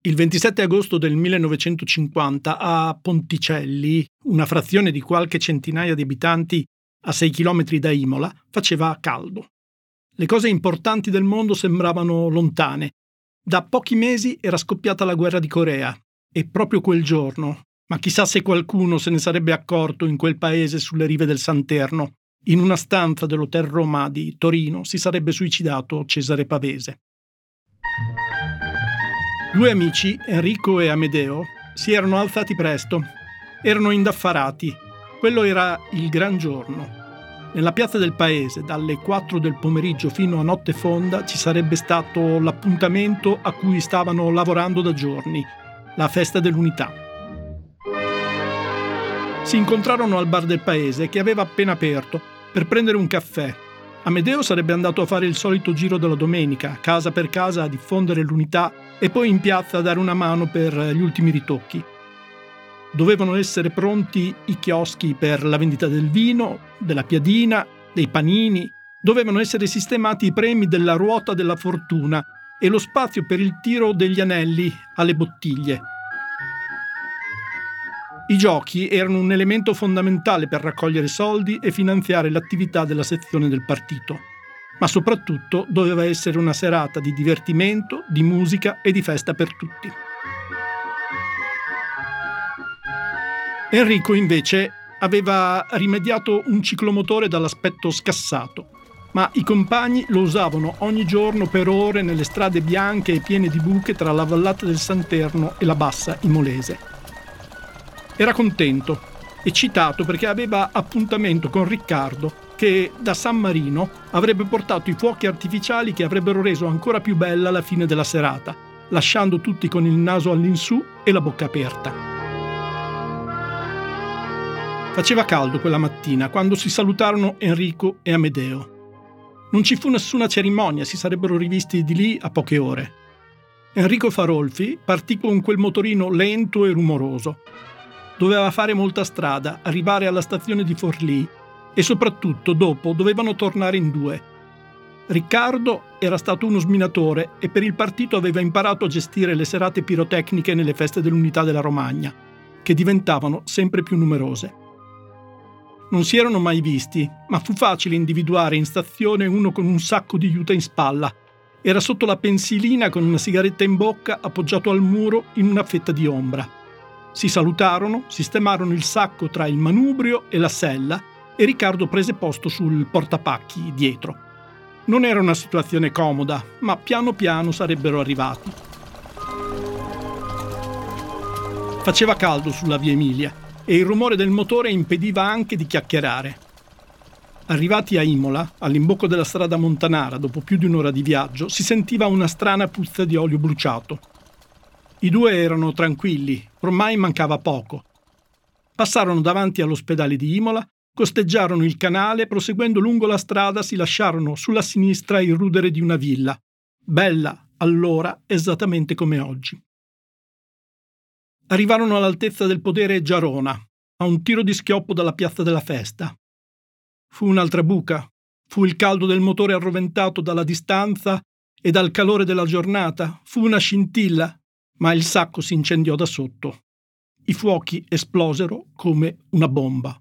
Il 27 agosto del 1950 a Ponticelli, una frazione di qualche centinaia di abitanti a 6 chilometri da Imola, faceva caldo. Le cose importanti del mondo sembravano lontane. Da pochi mesi era scoppiata la guerra di Corea e proprio quel giorno, ma chissà se qualcuno se ne sarebbe accorto in quel paese sulle rive del Santerno, in una stanza dell'Hotel Roma di Torino si sarebbe suicidato Cesare Pavese. Due amici, Enrico e Amedeo, si erano alzati presto. Erano indaffarati. Quello era il gran giorno. Nella piazza del paese, dalle 4 del pomeriggio fino a notte fonda, ci sarebbe stato l'appuntamento a cui stavano lavorando da giorni, la festa dell'unità. Si incontrarono al bar del paese, che aveva appena aperto, per prendere un caffè. Amedeo sarebbe andato a fare il solito giro della domenica, casa per casa a diffondere l'unità e poi in piazza a dare una mano per gli ultimi ritocchi. Dovevano essere pronti i chioschi per la vendita del vino, della piadina, dei panini, dovevano essere sistemati i premi della ruota della fortuna e lo spazio per il tiro degli anelli alle bottiglie. I giochi erano un elemento fondamentale per raccogliere soldi e finanziare l'attività della sezione del partito, ma soprattutto doveva essere una serata di divertimento, di musica e di festa per tutti. Enrico invece aveva rimediato un ciclomotore dall'aspetto scassato, ma i compagni lo usavano ogni giorno per ore nelle strade bianche e piene di buche tra la vallata del Santerno e la bassa imolese. Era contento, eccitato perché aveva appuntamento con Riccardo, che da San Marino avrebbe portato i fuochi artificiali che avrebbero reso ancora più bella la fine della serata, lasciando tutti con il naso all'insù e la bocca aperta. Faceva caldo quella mattina quando si salutarono Enrico e Amedeo. Non ci fu nessuna cerimonia, si sarebbero rivisti di lì a poche ore. Enrico Farolfi partì con quel motorino lento e rumoroso. Doveva fare molta strada, arrivare alla stazione di Forlì e soprattutto dopo dovevano tornare in due. Riccardo era stato uno sminatore e per il partito aveva imparato a gestire le serate pirotecniche nelle feste dell'unità della Romagna, che diventavano sempre più numerose. Non si erano mai visti, ma fu facile individuare in stazione uno con un sacco di juta in spalla. Era sotto la pensilina con una sigaretta in bocca, appoggiato al muro in una fetta di ombra. Si salutarono, sistemarono il sacco tra il manubrio e la sella e Riccardo prese posto sul portapacchi dietro. Non era una situazione comoda, ma piano piano sarebbero arrivati. Faceva caldo sulla via Emilia e il rumore del motore impediva anche di chiacchierare. Arrivati a Imola, all'imbocco della strada montanara, dopo più di un'ora di viaggio, si sentiva una strana puzza di olio bruciato. I due erano tranquilli, ormai mancava poco. Passarono davanti all'ospedale di Imola, costeggiarono il canale e proseguendo lungo la strada si lasciarono sulla sinistra il rudere di una villa, bella allora esattamente come oggi. Arrivarono all'altezza del podere Giarona, a un tiro di schioppo dalla piazza della Festa. Fu un'altra buca, fu il caldo del motore arroventato dalla distanza e dal calore della giornata, fu una scintilla, ma il sacco si incendiò da sotto. I fuochi esplosero come una bomba.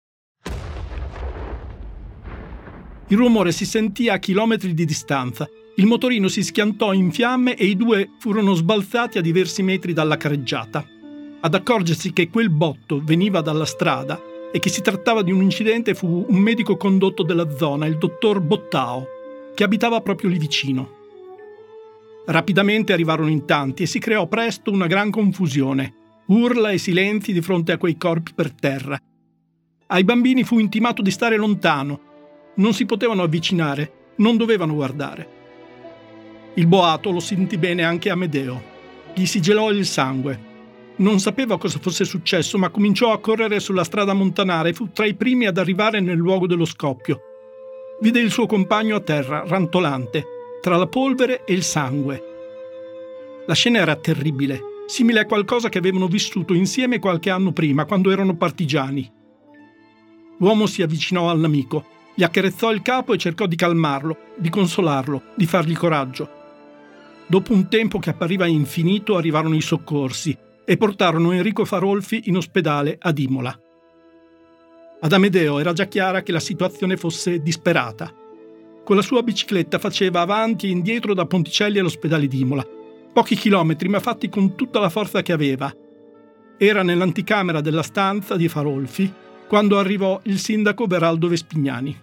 Il rumore si sentì a chilometri di distanza. Il motorino si schiantò in fiamme e i due furono sbalzati a diversi metri dalla careggiata. Ad accorgersi che quel botto veniva dalla strada e che si trattava di un incidente fu un medico condotto della zona, il dottor Bottao, che abitava proprio lì vicino. Rapidamente arrivarono in tanti e si creò presto una gran confusione, urla e silenzi di fronte a quei corpi per terra. Ai bambini fu intimato di stare lontano, non si potevano avvicinare, non dovevano guardare. Il boato lo sentì bene anche Amedeo. Gli si gelò il sangue. Non sapeva cosa fosse successo, ma cominciò a correre sulla strada montanara e fu tra i primi ad arrivare nel luogo dello scoppio. Vide il suo compagno a terra, rantolante, tra la polvere e il sangue. La scena era terribile, simile a qualcosa che avevano vissuto insieme qualche anno prima, quando erano partigiani. L'uomo si avvicinò all'amico, gli accarezzò il capo e cercò di calmarlo, di consolarlo, di fargli coraggio. Dopo un tempo che appariva infinito arrivarono i soccorsi e portarono Enrico Farolfi in ospedale ad Imola. Ad Amedeo era già chiara che la situazione fosse disperata. Con la sua bicicletta faceva avanti e indietro da Ponticelli all'ospedale di Imola. Pochi chilometri, ma fatti con tutta la forza che aveva. Era nell'anticamera della stanza di Farolfi quando arrivò il sindaco Veraldo Vespignani.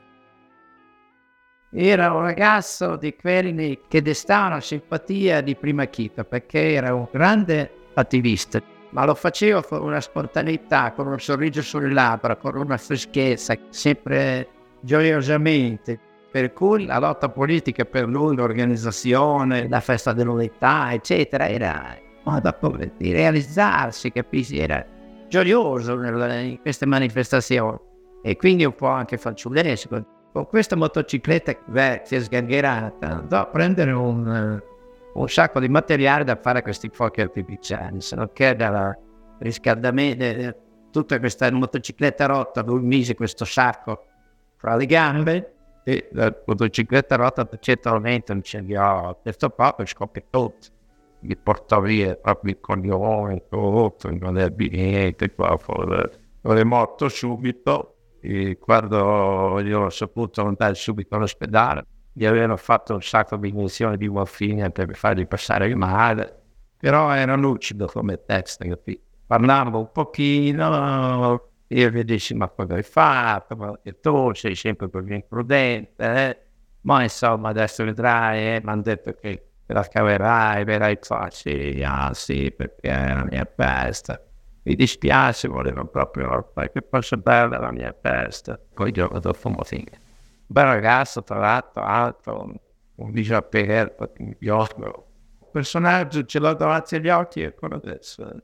Era un ragazzo di quelli che destavano simpatia di prima chita, perché era un grande attivista, ma lo faceva con una spontaneità, con un sorriso sulle labbra, con una freschezza, sempre gioiosamente. Per cui la lotta politica per lui, l'organizzazione, la festa dell'unità, eccetera, era un modo di realizzarsi, capisci? Era gioioso in queste manifestazioni e quindi un po' anche fanciullesco. Con questa motocicletta vecchia, sgangherata, andò a prendere un sacco di materiale da fare questi fuochi artificiali, se non che dal riscaldamento, tutta questa motocicletta rotta, lui mise questo sacco fra le gambe e la motocicletta rotta centralmente incendiò questo proprio e scoppia tutto. Mi portò via proprio il coglione, tutto, non è niente, non è morto subito. E quando io ho saputo andare subito all'ospedale, gli avevano fatto un sacco di iniezioni di morfina per fargli passare il male, però era lucido come testa, capito? Parlavo un pochino, io gli dissi: ma cosa hai fatto? Ma tu sei sempre così imprudente, ma insomma adesso vedrai, mi hanno detto che te la caverai, vedrai facile, sì, perché è la mia testa. Mi dispiace, volevo proprio che fosse bella la mia testa. Poi il giorno dopo morì. Un bel ragazzo, tra l'altro, alto, un viso aperto, un biosco. Il personaggio ce l'ho davanti agli occhi ancora adesso.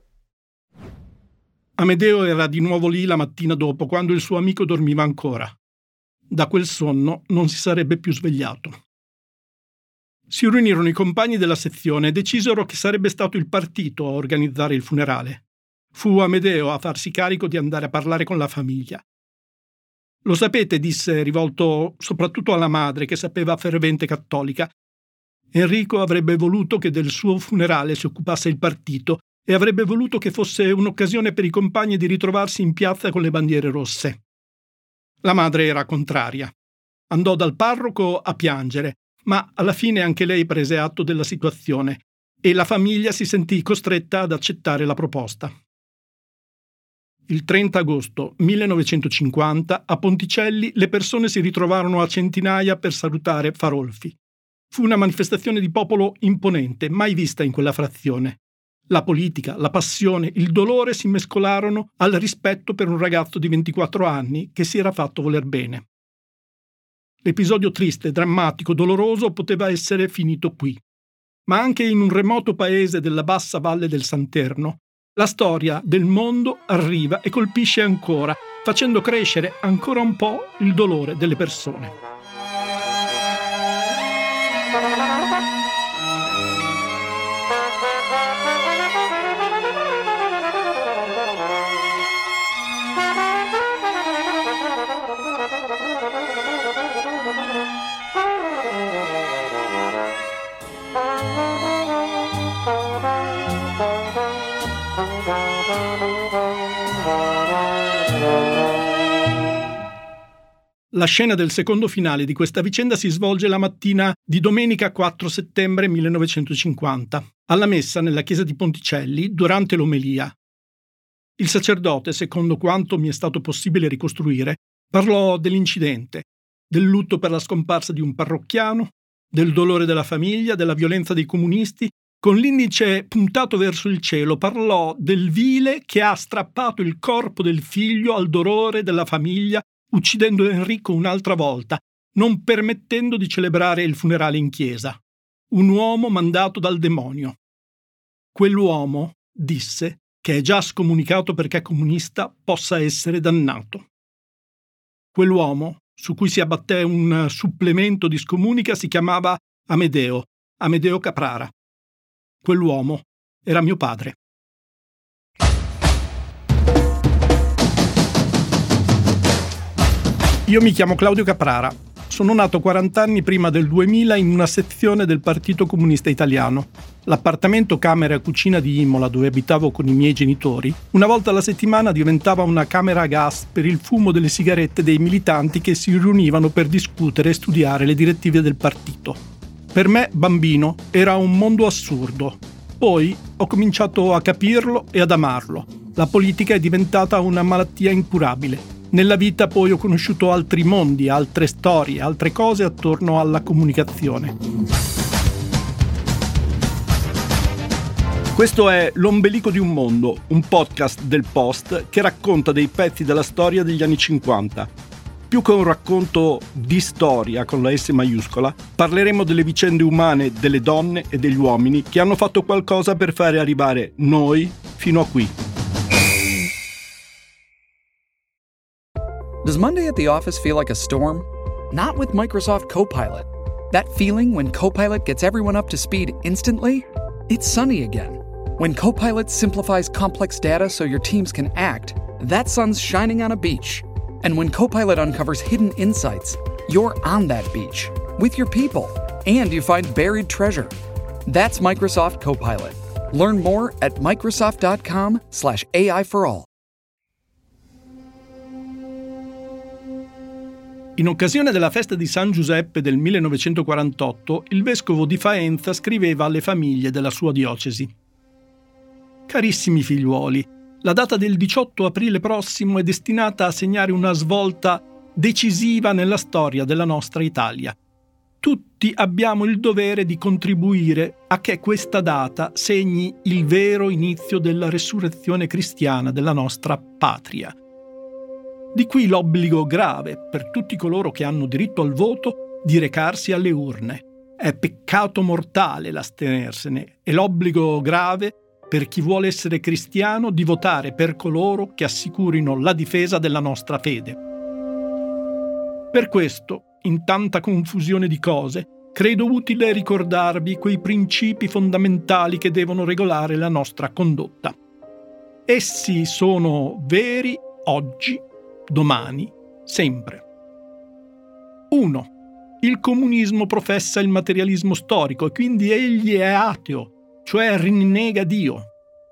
Amedeo era di nuovo lì la mattina dopo, quando il suo amico dormiva ancora. Da quel sonno non si sarebbe più svegliato. Si riunirono i compagni della sezione e decisero che sarebbe stato il partito a organizzare il funerale. Fu Amedeo a farsi carico di andare a parlare con la famiglia. Lo sapete, disse, rivolto soprattutto alla madre, che sapeva fervente cattolica. Enrico avrebbe voluto che del suo funerale si occupasse il partito e avrebbe voluto che fosse un'occasione per i compagni di ritrovarsi in piazza con le bandiere rosse. La madre era contraria. Andò dal parroco a piangere, ma alla fine anche lei prese atto della situazione e la famiglia si sentì costretta ad accettare la proposta. Il 30 agosto 1950 a Ponticelli le persone si ritrovarono a centinaia per salutare Farolfi. Fu una manifestazione di popolo imponente, mai vista in quella frazione. La politica, la passione, il dolore si mescolarono al rispetto per un ragazzo di 24 anni che si era fatto voler bene. L'episodio triste, drammatico, doloroso poteva essere finito qui. Ma anche in un remoto paese della bassa valle del Santerno, la storia del mondo arriva e colpisce ancora, facendo crescere ancora un po' il dolore delle persone. La scena del secondo finale di questa vicenda si svolge la mattina di domenica 4 settembre 1950, alla messa nella chiesa di Ponticelli, durante l'omelia. Il sacerdote, secondo quanto mi è stato possibile ricostruire, parlò dell'incidente, del lutto per la scomparsa di un parrocchiano, del dolore della famiglia, della violenza dei comunisti. Con l'indice puntato verso il cielo parlò del vile che ha strappato il corpo del figlio al dolore della famiglia, uccidendo Enrico un'altra volta, non permettendo di celebrare il funerale in chiesa. Un uomo mandato dal demonio. Quell'uomo, disse, che è già scomunicato perché comunista, possa essere dannato. Quell'uomo, su cui si abbatté un supplemento di scomunica, si chiamava Amedeo Caprara. Quell'uomo era mio padre. Io mi chiamo Claudio Caprara Sono nato 40 anni prima del 2000 in una sezione del Partito Comunista Italiano. L'appartamento camera e cucina di Imola, dove abitavo con i miei genitori, una volta alla settimana diventava una camera a gas per il fumo delle sigarette dei militanti che si riunivano per discutere e studiare le direttive del partito. Per me, bambino, era un mondo assurdo. Poi ho cominciato a capirlo e ad amarlo. La politica è diventata una malattia incurabile. Nella vita poi ho conosciuto altri mondi, altre storie, altre cose attorno alla comunicazione. Questo è L'ombelico di un mondo, un podcast del Post che racconta dei pezzi della storia degli anni 50. Più che un racconto di storia con la S maiuscola, parleremo delle vicende umane delle donne e degli uomini che hanno fatto qualcosa per fare arrivare noi fino a qui. Does Monday at the office feel like a storm? Not with Microsoft Copilot. That feeling when Copilot gets everyone up to speed instantly? It's sunny again. When Copilot simplifies complex data so your teams can act, that sun's shining on a beach. And when Copilot uncovers hidden insights, you're on that beach with your people, and you find buried treasure. That's Microsoft Copilot. Learn more at Microsoft.com/AI for all. In occasione della festa di San Giuseppe del 1948, il vescovo di Faenza scriveva alle famiglie della sua diocesi: «Carissimi figliuoli, la data del 18 aprile prossimo è destinata a segnare una svolta decisiva nella storia della nostra Italia. Tutti abbiamo il dovere di contribuire a che questa data segni il vero inizio della resurrezione cristiana della nostra patria. Di qui l'obbligo grave per tutti coloro che hanno diritto al voto di recarsi alle urne. È peccato mortale l'astenersene e l'obbligo grave per chi vuole essere cristiano di votare per coloro che assicurino la difesa della nostra fede. Per questo, in tanta confusione di cose, credo utile ricordarvi quei principi fondamentali che devono regolare la nostra condotta. Essi sono veri oggi, domani, sempre. 1. Il comunismo professa il materialismo storico e quindi egli è ateo, cioè rinnega Dio.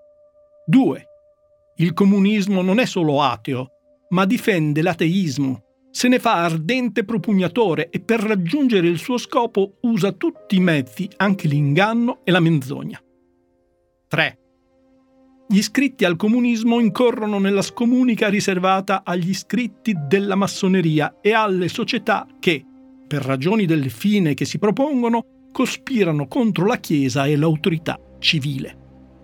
2. Il comunismo non è solo ateo, ma difende l'ateismo, se ne fa ardente propugnatore e per raggiungere il suo scopo usa tutti i mezzi, anche l'inganno e la menzogna. 3. Gli iscritti al comunismo incorrono nella scomunica riservata agli iscritti della massoneria e alle società che, per ragioni del fine che si propongono, cospirano contro la Chiesa e l'autorità civile.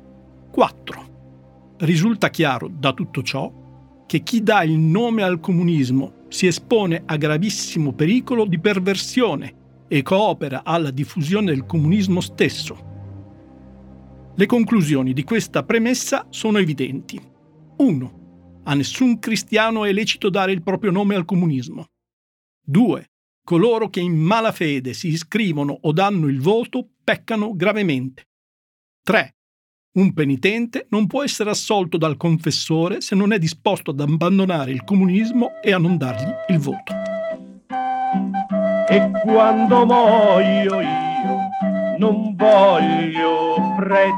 4. Risulta chiaro da tutto ciò che chi dà il nome al comunismo si espone a gravissimo pericolo di perversione e coopera alla diffusione del comunismo stesso. Le conclusioni di questa premessa sono evidenti. 1. A nessun cristiano è lecito dare il proprio nome al comunismo. 2. Coloro che in malafede si iscrivono o danno il voto peccano gravemente. 3. Un penitente non può essere assolto dal confessore se non è disposto ad abbandonare il comunismo e a non dargli il voto. E quando muoio io non voglio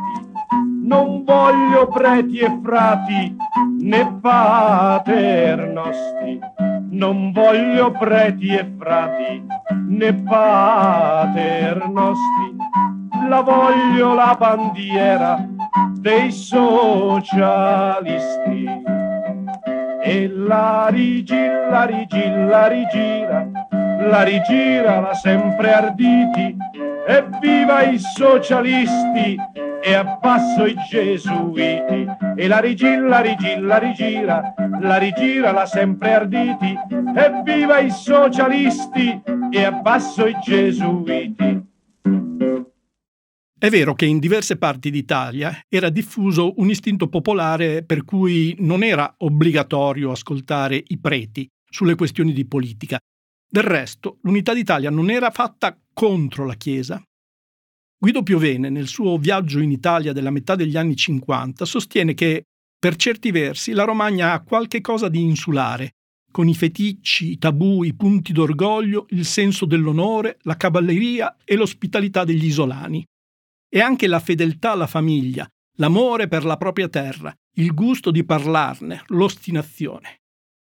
preti e frati né paternosti, non voglio preti e frati né paternosti, la voglio la bandiera dei socialisti. E la rigira, la sempre arditi, evviva i socialisti e abbasso i gesuiti. E la rigira, la sempre arditi, evviva i socialisti e abbasso i gesuiti. È vero che in diverse parti d'Italia era diffuso un istinto popolare per cui non era obbligatorio ascoltare i preti sulle questioni di politica. Del resto, l'Unità d'Italia non era fatta contro la Chiesa. Guido Piovene, nel suo viaggio in Italia della metà degli anni 50, sostiene che, per certi versi, la Romagna ha qualche cosa di insulare, con i feticci, i tabù, i punti d'orgoglio, il senso dell'onore, la cavalleria e l'ospitalità degli isolani. E anche la fedeltà alla famiglia, l'amore per la propria terra, il gusto di parlarne, l'ostinazione.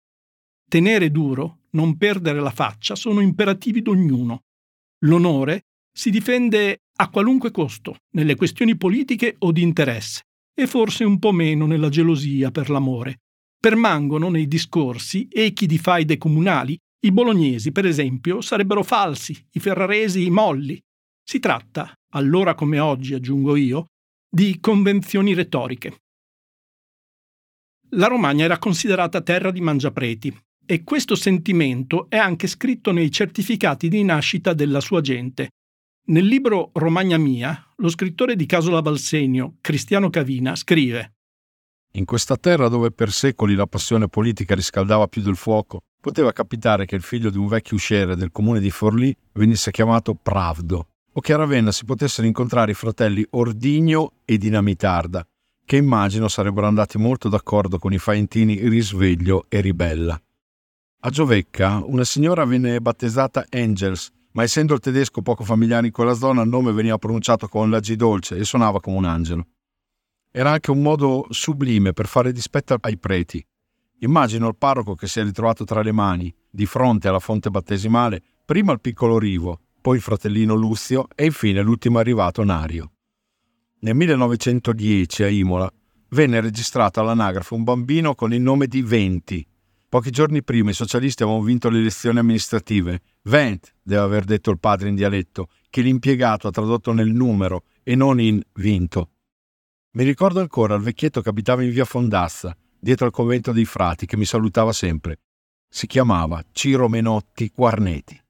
Tenere duro, non perdere la faccia, sono imperativi d'ognuno. L'onore si difende a qualunque costo, nelle questioni politiche o di interesse, e forse un po' meno nella gelosia per l'amore. Permangono nei discorsi echi di faide comunali. I bolognesi, per esempio, sarebbero falsi, i ferraresi molli. Si tratta, allora come oggi, aggiungo io, di convenzioni retoriche. La Romagna era considerata terra di mangiapreti e questo sentimento è anche scritto nei certificati di nascita della sua gente. Nel libro Romagna Mia, lo scrittore di Casola Valsenio, Cristiano Cavina, scrive: in questa terra dove per secoli la passione politica riscaldava più del fuoco, poteva capitare che il figlio di un vecchio usciere del comune di Forlì venisse chiamato Pravdo, o che a Ravenna si potessero incontrare i fratelli Ordigno e Dinamitarda, che immagino sarebbero andati molto d'accordo con i faentini Risveglio e Ribella. A Giovecca una signora venne battezzata Angels, ma essendo il tedesco poco familiare in quella zona il nome veniva pronunciato con la G dolce e suonava come un angelo. Era anche un modo sublime per fare dispetto ai preti. Immagino il parroco che si è ritrovato tra le mani, di fronte alla fonte battesimale, prima il piccolo Rivo, poi il fratellino Luzio e infine l'ultimo arrivato Nario. Nel 1910 a Imola venne registrato all'anagrafe un bambino con il nome di Venti. Pochi giorni prima i socialisti avevano vinto le elezioni amministrative. Vent, deve aver detto il padre in dialetto, che l'impiegato ha tradotto nel numero e non in vinto. Mi ricordo ancora il vecchietto che abitava in via Fondazza, dietro al convento dei frati, che mi salutava sempre. Si chiamava Ciro Menotti Quarneti.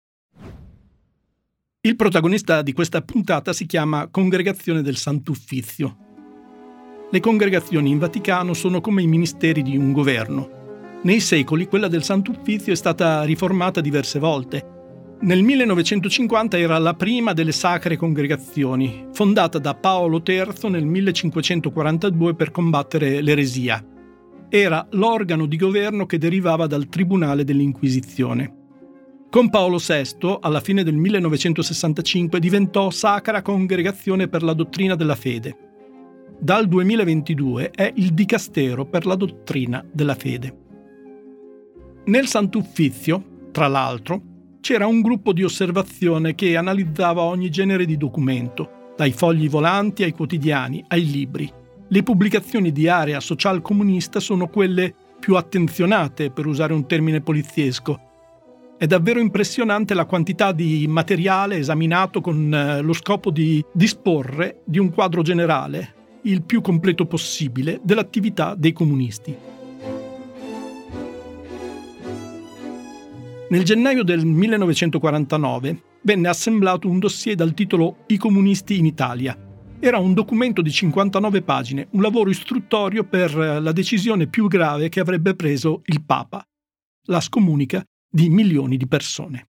Il protagonista di questa puntata si chiama Congregazione del Sant'Uffizio. Le congregazioni in Vaticano sono come i ministeri di un governo. Nei secoli quella del Sant'Uffizio è stata riformata diverse volte. Nel 1950 era la prima delle sacre congregazioni, fondata da Paolo III nel 1542 per combattere l'eresia. Era l'organo di governo che derivava dal Tribunale dell'Inquisizione. Con Paolo VI, alla fine del 1965, diventò Sacra Congregazione per la Dottrina della Fede. Dal 2022 è il Dicastero per la Dottrina della Fede. Nel Sant'Uffizio, tra l'altro, c'era un gruppo di osservazione che analizzava ogni genere di documento, dai fogli volanti ai quotidiani, ai libri. Le pubblicazioni di area social-comunista sono quelle più attenzionate, per usare un termine poliziesco. È davvero impressionante la quantità di materiale esaminato con lo scopo di disporre di un quadro generale, il più completo possibile, dell'attività dei comunisti. Nel gennaio del 1949 venne assemblato un dossier dal titolo I comunisti in Italia. Era un documento di 59 pagine, un lavoro istruttorio per la decisione più grave che avrebbe preso il Papa, la scomunica di milioni di persone.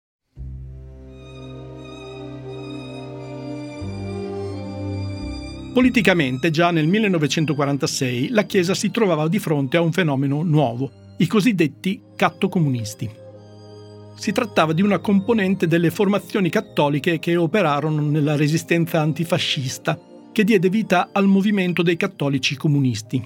Politicamente, già nel 1946, la Chiesa si trovava di fronte a un fenomeno nuovo, i cosiddetti cattocomunisti. Si trattava di una componente delle formazioni cattoliche che operarono nella resistenza antifascista, che diede vita al movimento dei cattolici comunisti.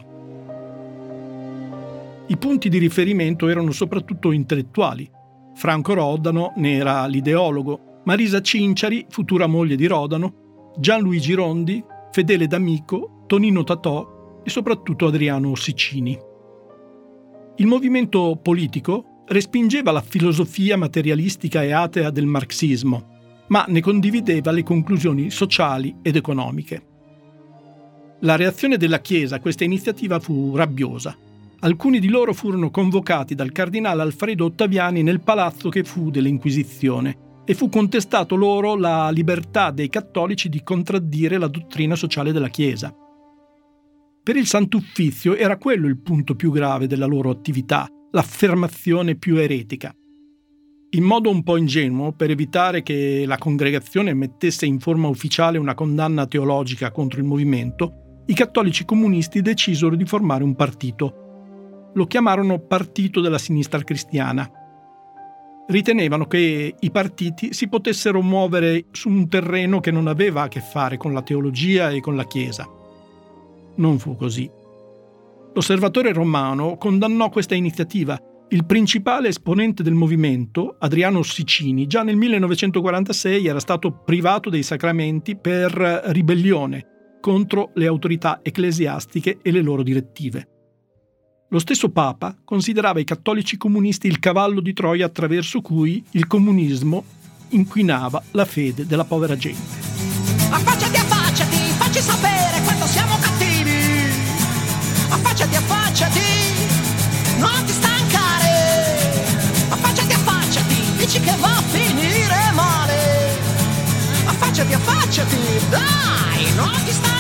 I punti di riferimento erano soprattutto intellettuali. Franco Rodano ne era l'ideologo, Marisa Cinciari, futura moglie di Rodano, Gianluigi Rondi, Fedele D'Amico, Tonino Tatò e soprattutto Adriano Sicini. Il movimento politico respingeva la filosofia materialistica e atea del marxismo, ma ne condivideva le conclusioni sociali ed economiche. La reazione della Chiesa a questa iniziativa fu rabbiosa. Alcuni di loro furono convocati dal cardinale Alfredo Ottaviani nel palazzo che fu dell'Inquisizione e fu contestato loro la libertà dei cattolici di contraddire la dottrina sociale della Chiesa. Per il Sant'Uffizio era quello il punto più grave della loro attività, l'affermazione più eretica. In modo un po' ingenuo, per evitare che la congregazione mettesse in forma ufficiale una condanna teologica contro il movimento, i cattolici comunisti decisero di formare un partito. lo chiamarono Partito della Sinistra Cristiana. Ritenevano che i partiti si potessero muovere su un terreno che non aveva a che fare con la teologia e con la Chiesa. Non fu così. L'Osservatore Romano condannò questa iniziativa. Il principale esponente del movimento, Adriano Sicini, già nel 1946 era stato privato dei sacramenti per ribellione contro le autorità ecclesiastiche e le loro direttive. Lo stesso Papa considerava i cattolici comunisti il cavallo di Troia attraverso cui il comunismo inquinava la fede della povera gente. Affacciati, facci sapere quanto siamo cattivi. Affacciati, non ti stancare. Affacciati, dici che va a finire male. Affacciati, dai, non ti stancare.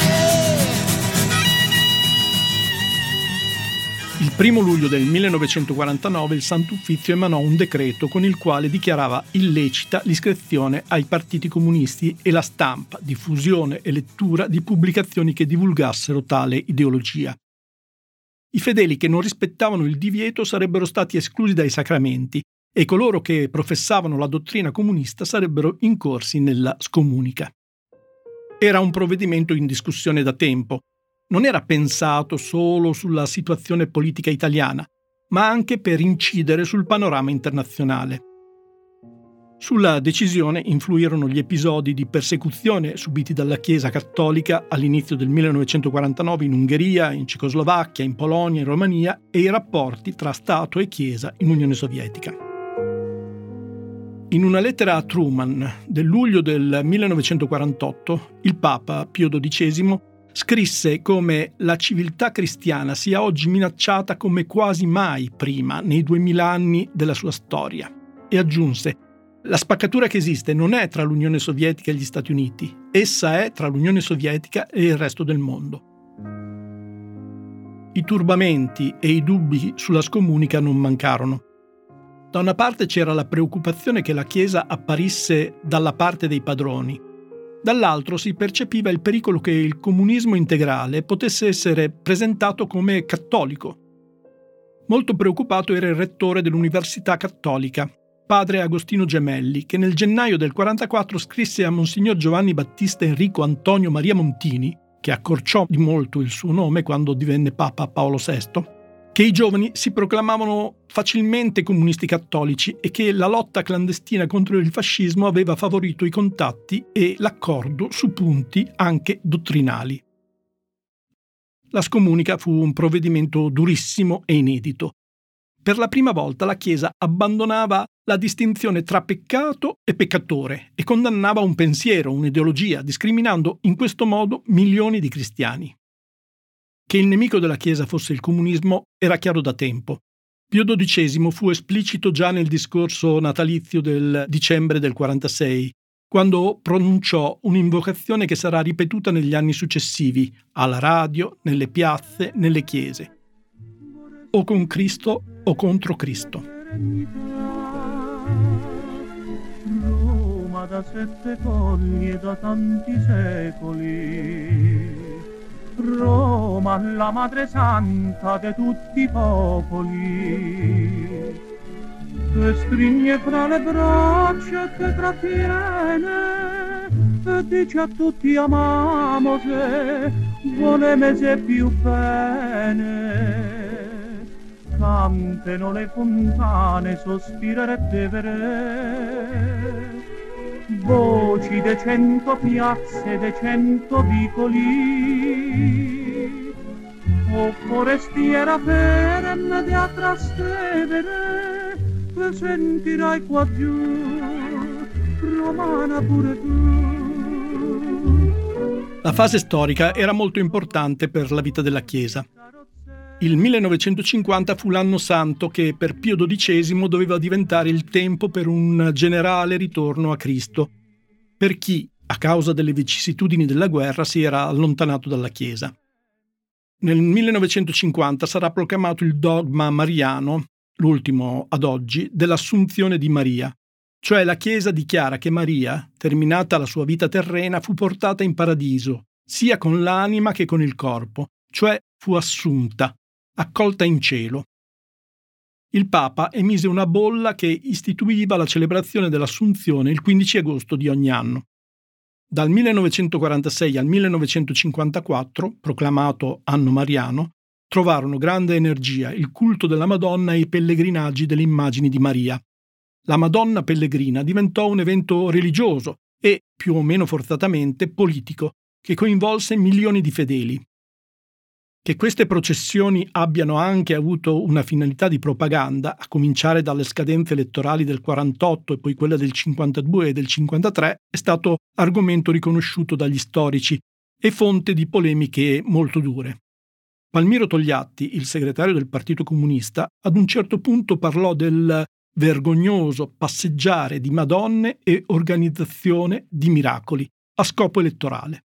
Il 1 luglio del 1949 il Sant'Uffizio emanò un decreto con il quale dichiarava illecita l'iscrizione ai partiti comunisti e la stampa, diffusione e lettura di pubblicazioni che divulgassero tale ideologia. I fedeli che non rispettavano il divieto sarebbero stati esclusi dai sacramenti e coloro che professavano la dottrina comunista sarebbero incorsi nella scomunica. Era un provvedimento in discussione da tempo. Non era pensato solo sulla situazione politica italiana, ma anche per incidere sul panorama internazionale. Sulla decisione influirono gli episodi di persecuzione subiti dalla Chiesa cattolica all'inizio del 1949 in Ungheria, in Cecoslovacchia, in Polonia, in Romania e i rapporti tra Stato e Chiesa in Unione Sovietica. In una lettera a Truman del luglio del 1948, il Papa Pio XII scrisse come la civiltà cristiana sia oggi minacciata come quasi mai prima nei 2000 anni della sua storia e aggiunse: la spaccatura che esiste non è tra l'Unione Sovietica e gli Stati Uniti, essa è tra l'Unione Sovietica e il resto del mondo. I turbamenti e i dubbi sulla scomunica non mancarono. Da una parte c'era la preoccupazione che la Chiesa apparisse dalla parte dei padroni, dall'altro si percepiva il pericolo che il comunismo integrale potesse essere presentato come cattolico. Molto preoccupato era il rettore dell'Università Cattolica, padre Agostino Gemelli, che nel gennaio del 1944 scrisse a Monsignor Giovanni Battista Enrico Antonio Maria Montini, che accorciò di molto il suo nome quando divenne Papa Paolo VI, che i giovani si proclamavano facilmente comunisti cattolici e che la lotta clandestina contro il fascismo aveva favorito i contatti e l'accordo su punti anche dottrinali. La scomunica fu un provvedimento durissimo e inedito. Per la prima volta la Chiesa abbandonava la distinzione tra peccato e peccatore e condannava un pensiero, un'ideologia, discriminando in questo modo milioni di cristiani. Che il nemico della Chiesa fosse il comunismo era chiaro da tempo. Pio XII fu esplicito già nel discorso natalizio del dicembre del 1946, quando pronunciò un'invocazione che sarà ripetuta negli anni successivi, alla radio, nelle piazze, nelle chiese. O con Cristo o contro Cristo. Roma da 7 colli e da tanti secoli. Roma, la madre santa di tutti i popoli, che stringe fra le braccia e che trattiene, e dice a tutti amamo se voleme se più bene. Cantano le fontane, sospirare e bevere, voci de 100 piazze, de 100 vicoli, o forestiera perenne di a Trastevere, che sentirai qua giù, romana pure tu. La fase storica era molto importante per la vita della Chiesa. Il 1950 fu l'anno santo che per Pio XII doveva diventare il tempo per un generale ritorno a Cristo, per chi, a causa delle vicissitudini della guerra, si era allontanato dalla Chiesa. Nel 1950 sarà proclamato il dogma mariano, l'ultimo ad oggi, dell'Assunzione di Maria, cioè la Chiesa dichiara che Maria, terminata la sua vita terrena, fu portata in paradiso, sia con l'anima che con il corpo, cioè fu assunta, accolta in cielo. Il Papa emise una bolla che istituiva la celebrazione dell'Assunzione il 15 agosto di ogni anno. Dal 1946 al 1954, proclamato anno mariano, trovarono grande energia il culto della Madonna e i pellegrinaggi delle immagini di Maria. La Madonna pellegrina diventò un evento religioso e, più o meno forzatamente, politico, che coinvolse milioni di fedeli. Che queste processioni abbiano anche avuto una finalità di propaganda, a cominciare dalle scadenze elettorali del 48 e poi quella del 52 e del 53, è stato argomento riconosciuto dagli storici e fonte di polemiche molto dure. Palmiro Togliatti, il segretario del Partito Comunista, ad un certo punto parlò del vergognoso passeggiare di Madonne e organizzazione di miracoli a scopo elettorale.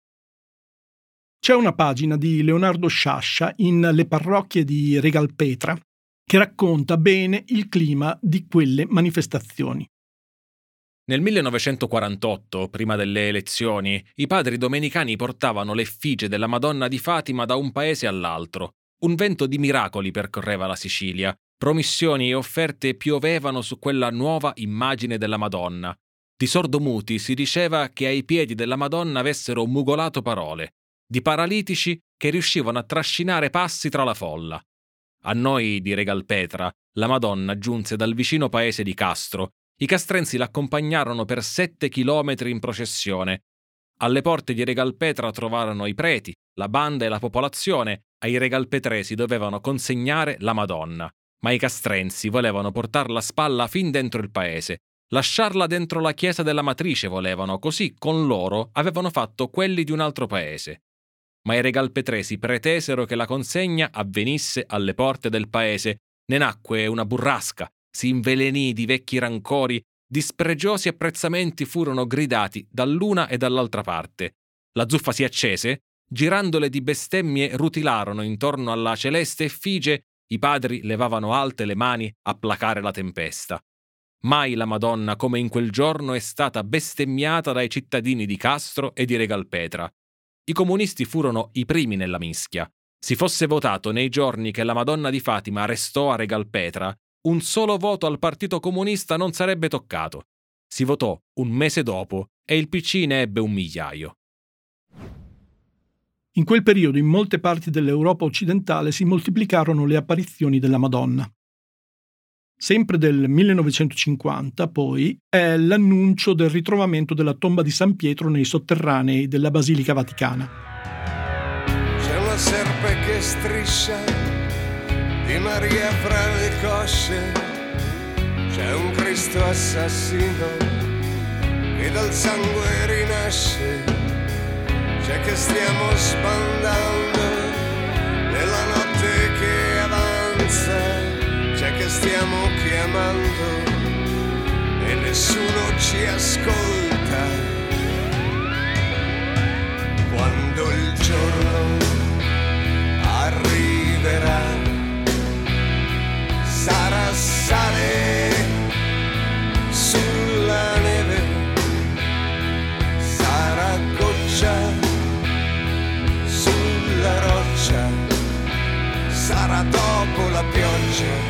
C'è una pagina di Leonardo Sciascia in Le parrocchie di Regalpetra che racconta bene il clima di quelle manifestazioni. Nel 1948, prima delle elezioni, i padri domenicani portavano l'effigie della Madonna di Fatima da un paese all'altro. Un vento di miracoli percorreva la Sicilia. Promissioni e offerte piovevano su quella nuova immagine della Madonna. Di sordomuti si diceva che ai piedi della Madonna avessero mugolato parole, di paralitici che riuscivano a trascinare passi tra la folla. A noi di Regalpetra la Madonna giunse dal vicino paese di Castro. I castrensi l'accompagnarono per 7 chilometri in processione. Alle porte di Regalpetra trovarono i preti, la banda e la popolazione. Ai regalpetresi dovevano consegnare la Madonna, ma i castrensi volevano portarla a spalla fin dentro il paese. Lasciarla dentro la chiesa della matrice volevano, così con loro avevano fatto quelli di un altro paese. Ma i regalpetresi pretesero che la consegna avvenisse alle porte del paese. Ne nacque una burrasca, si invelenì di vecchi rancori, dispregiosi apprezzamenti furono gridati dall'una e dall'altra parte. La zuffa si accese, girandole di bestemmie rutilarono intorno alla celeste effigie, i padri levavano alte le mani a placare la tempesta. Mai la Madonna come in quel giorno è stata bestemmiata dai cittadini di Castro e di Regalpetra. I comunisti furono i primi nella mischia. Si fosse votato nei giorni che la Madonna di Fatima restò a Regalpetra, un solo voto al Partito Comunista non sarebbe toccato. Si votò un mese dopo e il PC ne ebbe 1 migliaio. In quel periodo in molte parti dell'Europa occidentale si moltiplicarono le apparizioni della Madonna. Sempre del 1950, poi, è l'annuncio del ritrovamento della tomba di San Pietro nei sotterranei della Basilica Vaticana. C'è una serpe che striscia di Maria fra le cosce, c'è un Cristo assassino che dal sangue rinasce, c'è che stiamo sbandando nella notte che avanza, c'è che stiamo chiamando e nessuno ci ascolta. Quando il giorno arriverà sarà sale sulla neve, sarà goccia sulla roccia, sarà dopo la pioggia.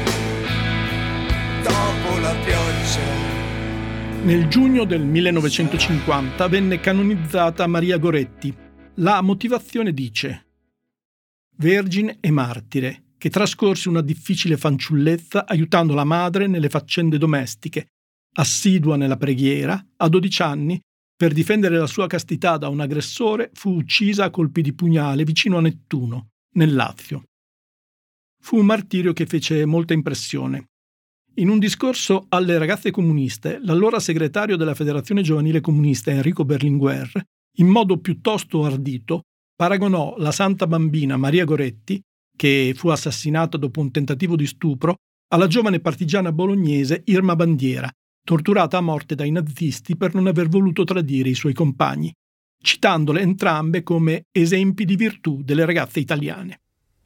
Dopo la pioggia. Nel giugno del 1950 venne canonizzata Maria Goretti. La motivazione dice: vergine e martire, che trascorse una difficile fanciullezza aiutando la madre nelle faccende domestiche, assidua nella preghiera, a 12 anni, per difendere la sua castità da un aggressore, fu uccisa a colpi di pugnale vicino a Nettuno, nel Lazio. Fu un martirio che fece molta impressione. In un discorso alle ragazze comuniste, l'allora segretario della Federazione Giovanile Comunista Enrico Berlinguer, in modo piuttosto ardito, paragonò la santa bambina Maria Goretti, che fu assassinata dopo un tentativo di stupro, alla giovane partigiana bolognese Irma Bandiera, torturata a morte dai nazisti per non aver voluto tradire i suoi compagni, citandole entrambe come esempi di virtù delle ragazze italiane.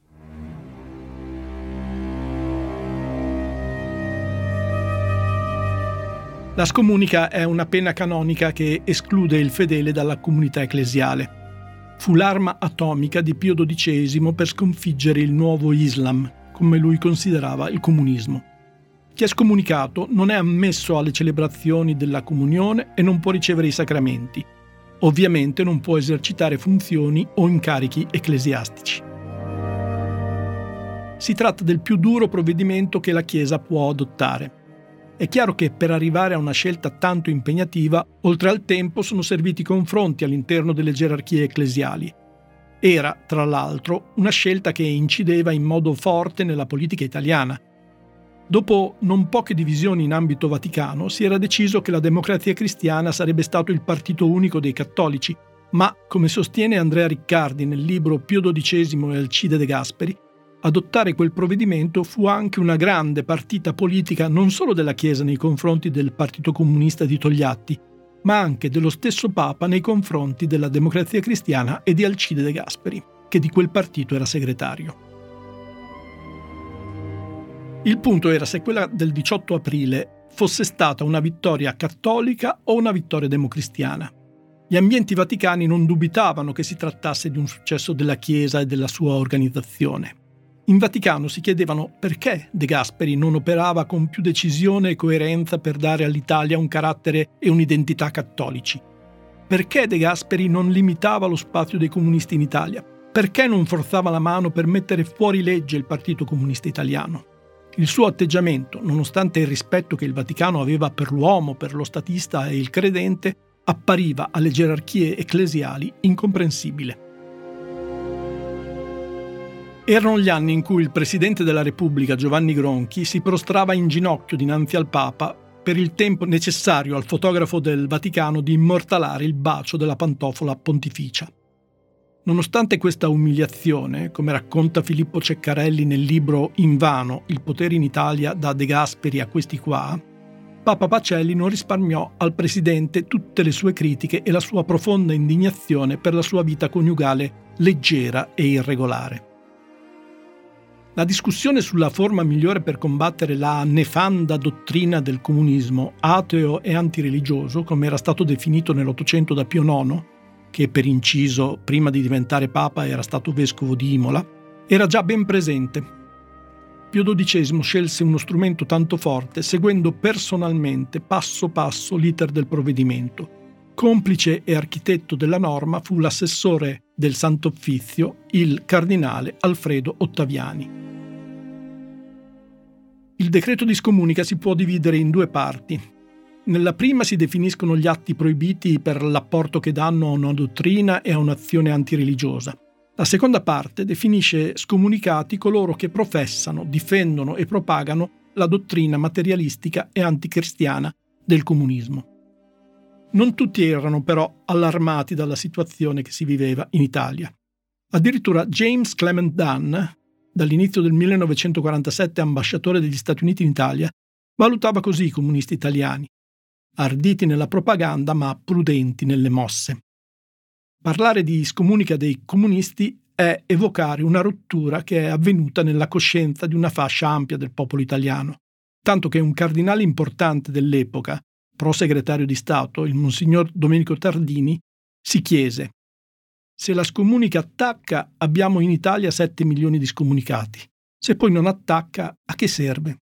La scomunica è una pena canonica che esclude il fedele dalla comunità ecclesiale. Fu l'arma atomica di Pio XII per sconfiggere il nuovo Islam, come lui considerava il comunismo. Chi è scomunicato non è ammesso alle celebrazioni della comunione e non può ricevere i sacramenti. Ovviamente non può esercitare funzioni o incarichi ecclesiastici. Si tratta del più duro provvedimento che la Chiesa può adottare. È chiaro che per arrivare a una scelta tanto impegnativa, oltre al tempo sono serviti confronti all'interno delle gerarchie ecclesiali. Era, tra l'altro, una scelta che incideva in modo forte nella politica italiana. Dopo non poche divisioni in ambito vaticano, si era deciso che la Democrazia Cristiana sarebbe stato il partito unico dei cattolici, ma, come sostiene Andrea Riccardi nel libro Pio XII e Alcide De Gasperi, adottare quel provvedimento fu anche una grande partita politica non solo della Chiesa nei confronti del Partito Comunista di Togliatti, ma anche dello stesso Papa nei confronti della Democrazia Cristiana e di Alcide De Gasperi, che di quel partito era segretario. Il punto era se quella del 18 aprile fosse stata una vittoria cattolica o una vittoria democristiana. Gli ambienti vaticani non dubitavano che si trattasse di un successo della Chiesa e della sua organizzazione. In Vaticano si chiedevano perché De Gasperi non operava con più decisione e coerenza per dare all'Italia un carattere e un'identità cattolici. Perché De Gasperi non limitava lo spazio dei comunisti in Italia? Perché non forzava la mano per mettere fuori legge il Partito Comunista Italiano? Il suo atteggiamento, nonostante il rispetto che il Vaticano aveva per l'uomo, per lo statista e il credente, appariva alle gerarchie ecclesiali incomprensibile. Erano gli anni in cui il Presidente della Repubblica, Giovanni Gronchi, si prostrava in ginocchio dinanzi al Papa per il tempo necessario al fotografo del Vaticano di immortalare il bacio della pantofola pontificia. Nonostante questa umiliazione, come racconta Filippo Ceccarelli nel libro Invano, il potere in Italia da De Gasperi a questi qua, Papa Pacelli non risparmiò al Presidente tutte le sue critiche e la sua profonda indignazione per la sua vita coniugale leggera e irregolare. La discussione sulla forma migliore per combattere la nefanda dottrina del comunismo, ateo e antireligioso, come era stato definito nell'Ottocento da Pio IX, che per inciso, prima di diventare Papa, era stato vescovo di Imola, era già ben presente. Pio XII scelse uno strumento tanto forte, seguendo personalmente, passo passo, l'iter del provvedimento. Complice e architetto della norma fu l'assessore del Sant'Uffizio, il cardinale Alfredo Ottaviani. Il decreto di scomunica si può dividere in due parti. Nella prima si definiscono gli atti proibiti per l'apporto che danno a una dottrina e a un'azione antireligiosa. La seconda parte definisce scomunicati coloro che professano, difendono e propagano la dottrina materialistica e anticristiana del comunismo. Non tutti erano però allarmati dalla situazione che si viveva in Italia. Addirittura James Clement Dunn, dall'inizio del 1947 ambasciatore degli Stati Uniti in Italia, valutava così i comunisti italiani, arditi nella propaganda ma prudenti nelle mosse. Parlare di scomunica dei comunisti è evocare una rottura che è avvenuta nella coscienza di una fascia ampia del popolo italiano, tanto che un cardinale importante dell'epoca, prosegretario di Stato, il Monsignor Domenico Tardini, si chiese: se la scomunica attacca, abbiamo in Italia 7 milioni di scomunicati. Se poi non attacca, a che serve?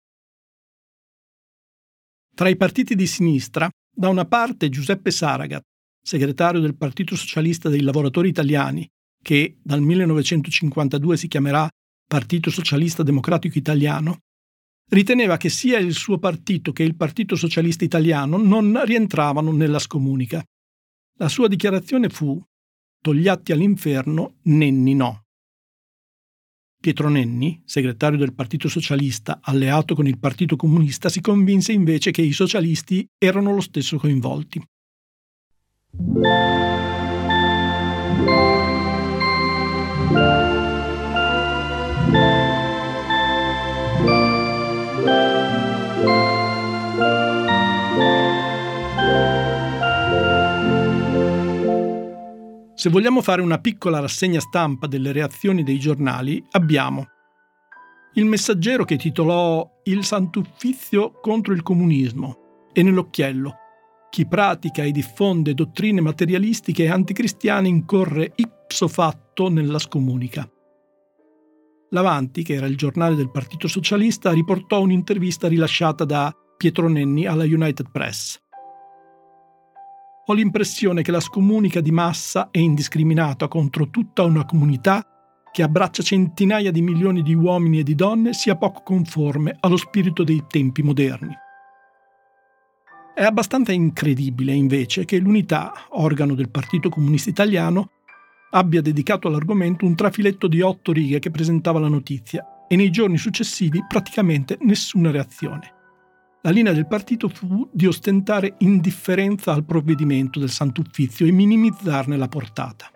Tra i partiti di sinistra, da una parte Giuseppe Saragat, segretario del Partito Socialista dei Lavoratori Italiani, che dal 1952 si chiamerà Partito Socialista Democratico Italiano, riteneva che sia il suo partito che il Partito Socialista Italiano non rientravano nella scomunica. La sua dichiarazione fu: Togliatti all'inferno, Nenni no. Pietro Nenni, segretario del Partito Socialista alleato con il Partito Comunista, si convinse invece che i socialisti erano lo stesso coinvolti. Se vogliamo fare una piccola rassegna stampa delle reazioni dei giornali, abbiamo Il Messaggero che titolò Il Sant'Uffizio contro il comunismo e nell'occhiello chi pratica e diffonde dottrine materialistiche e anticristiane incorre ipso facto nella scomunica. L'Avanti, che era il giornale del Partito Socialista, riportò un'intervista rilasciata da Pietro Nenni alla United Press. Ho l'impressione che la scomunica di massa e indiscriminata contro tutta una comunità che abbraccia centinaia di milioni di uomini e di donne sia poco conforme allo spirito dei tempi moderni. È abbastanza incredibile, invece, che l'Unità, organo del Partito Comunista Italiano, abbia dedicato all'argomento un trafiletto di 8 righe che presentava la notizia e nei giorni successivi praticamente nessuna reazione. La linea del partito fu di ostentare indifferenza al provvedimento del Sant'Uffizio e minimizzarne la portata.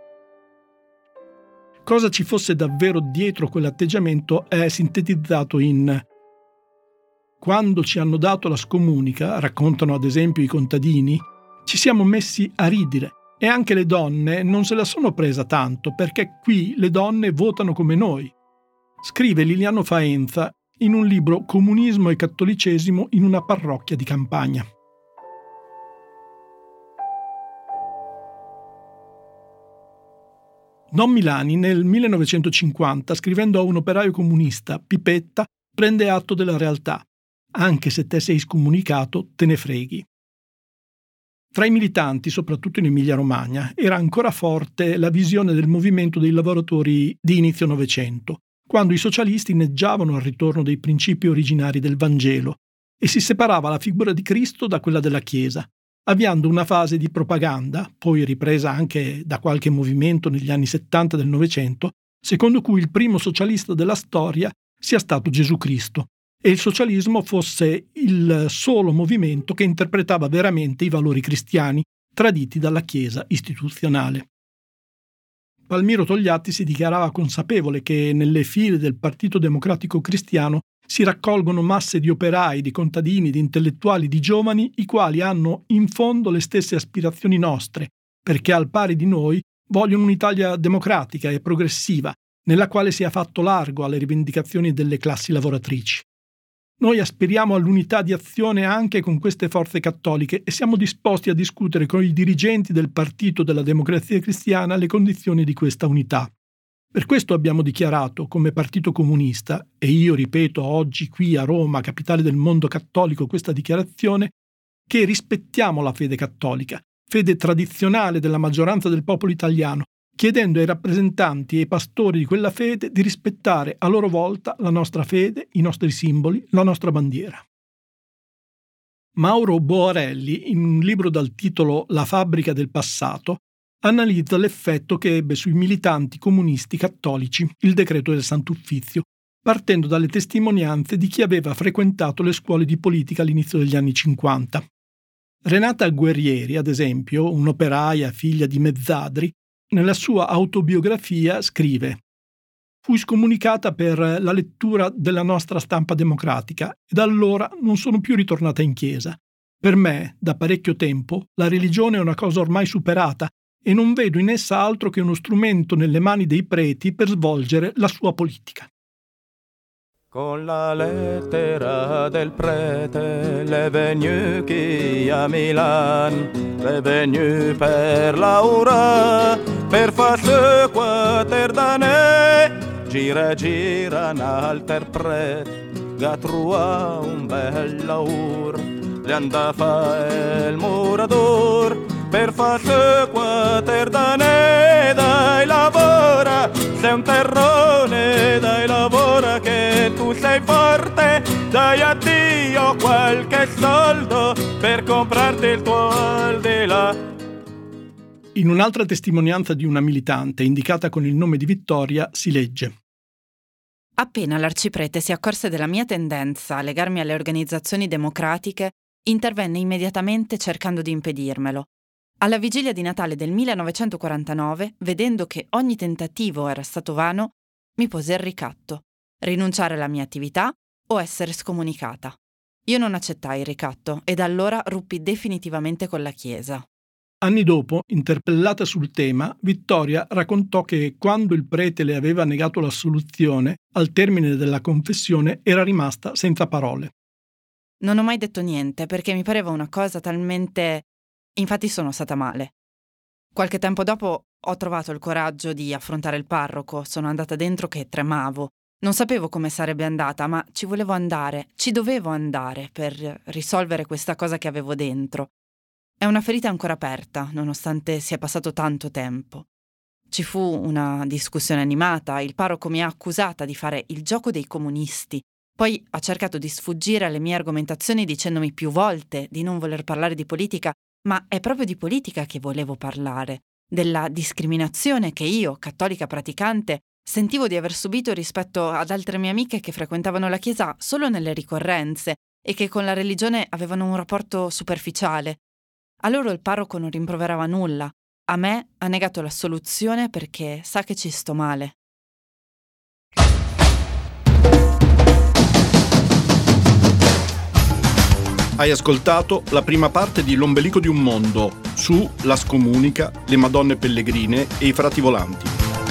Cosa ci fosse davvero dietro quell'atteggiamento è sintetizzato in: quando ci hanno dato la scomunica, raccontano ad esempio i contadini, ci siamo messi a ridere e anche le donne non se la sono presa tanto perché qui le donne votano come noi. Scrive Liliano Faenza in un libro Comunismo e cattolicesimo in una parrocchia di campagna. Don Milani nel 1950, scrivendo a un operaio comunista, Pipetta, prende atto della realtà. Anche se te sei scomunicato, te ne freghi. Tra i militanti, soprattutto in Emilia-Romagna, era ancora forte la visione del movimento dei lavoratori di inizio Novecento, quando i socialisti inneggiavano al ritorno dei principi originari del Vangelo e si separava la figura di Cristo da quella della Chiesa, avviando una fase di propaganda, poi ripresa anche da qualche movimento negli anni 70 del Novecento, secondo cui il primo socialista della storia sia stato Gesù Cristo e il socialismo fosse il solo movimento che interpretava veramente i valori cristiani traditi dalla Chiesa istituzionale. Palmiro Togliatti si dichiarava consapevole che nelle file del Partito Democratico Cristiano si raccolgono masse di operai, di contadini, di intellettuali, di giovani, i quali hanno in fondo le stesse aspirazioni nostre, perché al pari di noi vogliono un'Italia democratica e progressiva, nella quale sia fatto largo alle rivendicazioni delle classi lavoratrici. Noi aspiriamo all'unità di azione anche con queste forze cattoliche e siamo disposti a discutere con i dirigenti del Partito della Democrazia Cristiana le condizioni di questa unità. Per questo abbiamo dichiarato come Partito Comunista, e io ripeto oggi qui a Roma, capitale del mondo cattolico, questa dichiarazione, che rispettiamo la fede cattolica, fede tradizionale della maggioranza del popolo italiano, chiedendo ai rappresentanti e ai pastori di quella fede di rispettare a loro volta la nostra fede, i nostri simboli, la nostra bandiera. Mauro Boarelli, in un libro dal titolo La fabbrica del passato, analizza l'effetto che ebbe sui militanti comunisti cattolici il decreto del Sant'Uffizio, partendo dalle testimonianze di chi aveva frequentato le scuole di politica all'inizio degli anni 50. Renata Guerrieri, ad esempio, un'operaia figlia di mezzadri, nella sua autobiografia scrive: «Fui scomunicata per la lettura della nostra stampa democratica e da allora non sono più ritornata in chiesa. Per me, da parecchio tempo, la religione è una cosa ormai superata e non vedo in essa altro che uno strumento nelle mani dei preti per svolgere la sua politica». Con la lettera del prete l'è venu qui a Milan, l'è venu per Laura, per fare quater d'anè, gira un alter prete, ga trua un bel laur, gli anda fa il murador, per fare quater d'anè, dai lavora, sei un terrone, dai lavora che tu sei forte, dai a Dio qualche soldo per comprarti il tuo aldilà. In un'altra testimonianza di una militante, indicata con il nome di Vittoria, si legge: Appena l'arciprete si accorse della mia tendenza a legarmi alle organizzazioni democratiche, intervenne immediatamente cercando di impedirmelo. Alla vigilia di Natale del 1949, vedendo che ogni tentativo era stato vano, mi pose il ricatto: rinunciare alla mia attività o essere scomunicata. Io non accettai il ricatto e da allora ruppi definitivamente con la Chiesa. Anni dopo, interpellata sul tema, Vittoria raccontò che quando il prete le aveva negato l'assoluzione, al termine della confessione era rimasta senza parole. Non ho mai detto niente perché mi pareva una cosa talmente... Infatti sono stata male. Qualche tempo dopo ho trovato il coraggio di affrontare il parroco, sono andata dentro che tremavo. Non sapevo come sarebbe andata, ma ci dovevo andare per risolvere questa cosa che avevo dentro. È una ferita ancora aperta, nonostante sia passato tanto tempo. Ci fu una discussione animata, il parroco mi ha accusata di fare il gioco dei comunisti, poi ha cercato di sfuggire alle mie argomentazioni dicendomi più volte di non voler parlare di politica, ma è proprio di politica che volevo parlare, della discriminazione che io, cattolica praticante, sentivo di aver subito rispetto ad altre mie amiche che frequentavano la chiesa solo nelle ricorrenze e che con la religione avevano un rapporto superficiale. A loro il parroco non rimproverava nulla, a me ha negato la soluzione perché sa che ci sto male. Hai ascoltato la prima parte di L'ombelico di un mondo su La Scomunica, le Madonne Pellegrine e i Frati Volanti.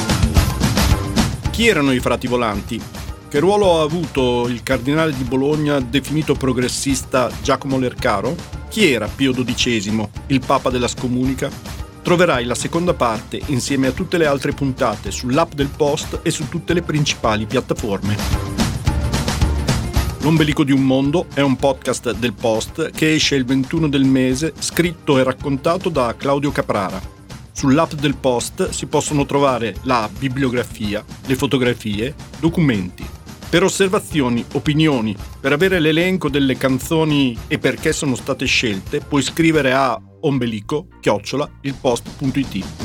Chi erano i Frati Volanti? Che ruolo ha avuto il cardinale di Bologna definito progressista Giacomo Lercaro? Chi era Pio XII, il Papa della Scomunica? Troverai la seconda parte insieme a tutte le altre puntate sull'app del Post e su tutte le principali piattaforme. L'ombelico di un mondo è un podcast del Post che esce il 21 del mese, scritto e raccontato da Claudio Caprara. Sull'app del Post si possono trovare la bibliografia, le fotografie, documenti. Per osservazioni, opinioni, per avere l'elenco delle canzoni e perché sono state scelte, puoi scrivere a ombelico@ilpost.it.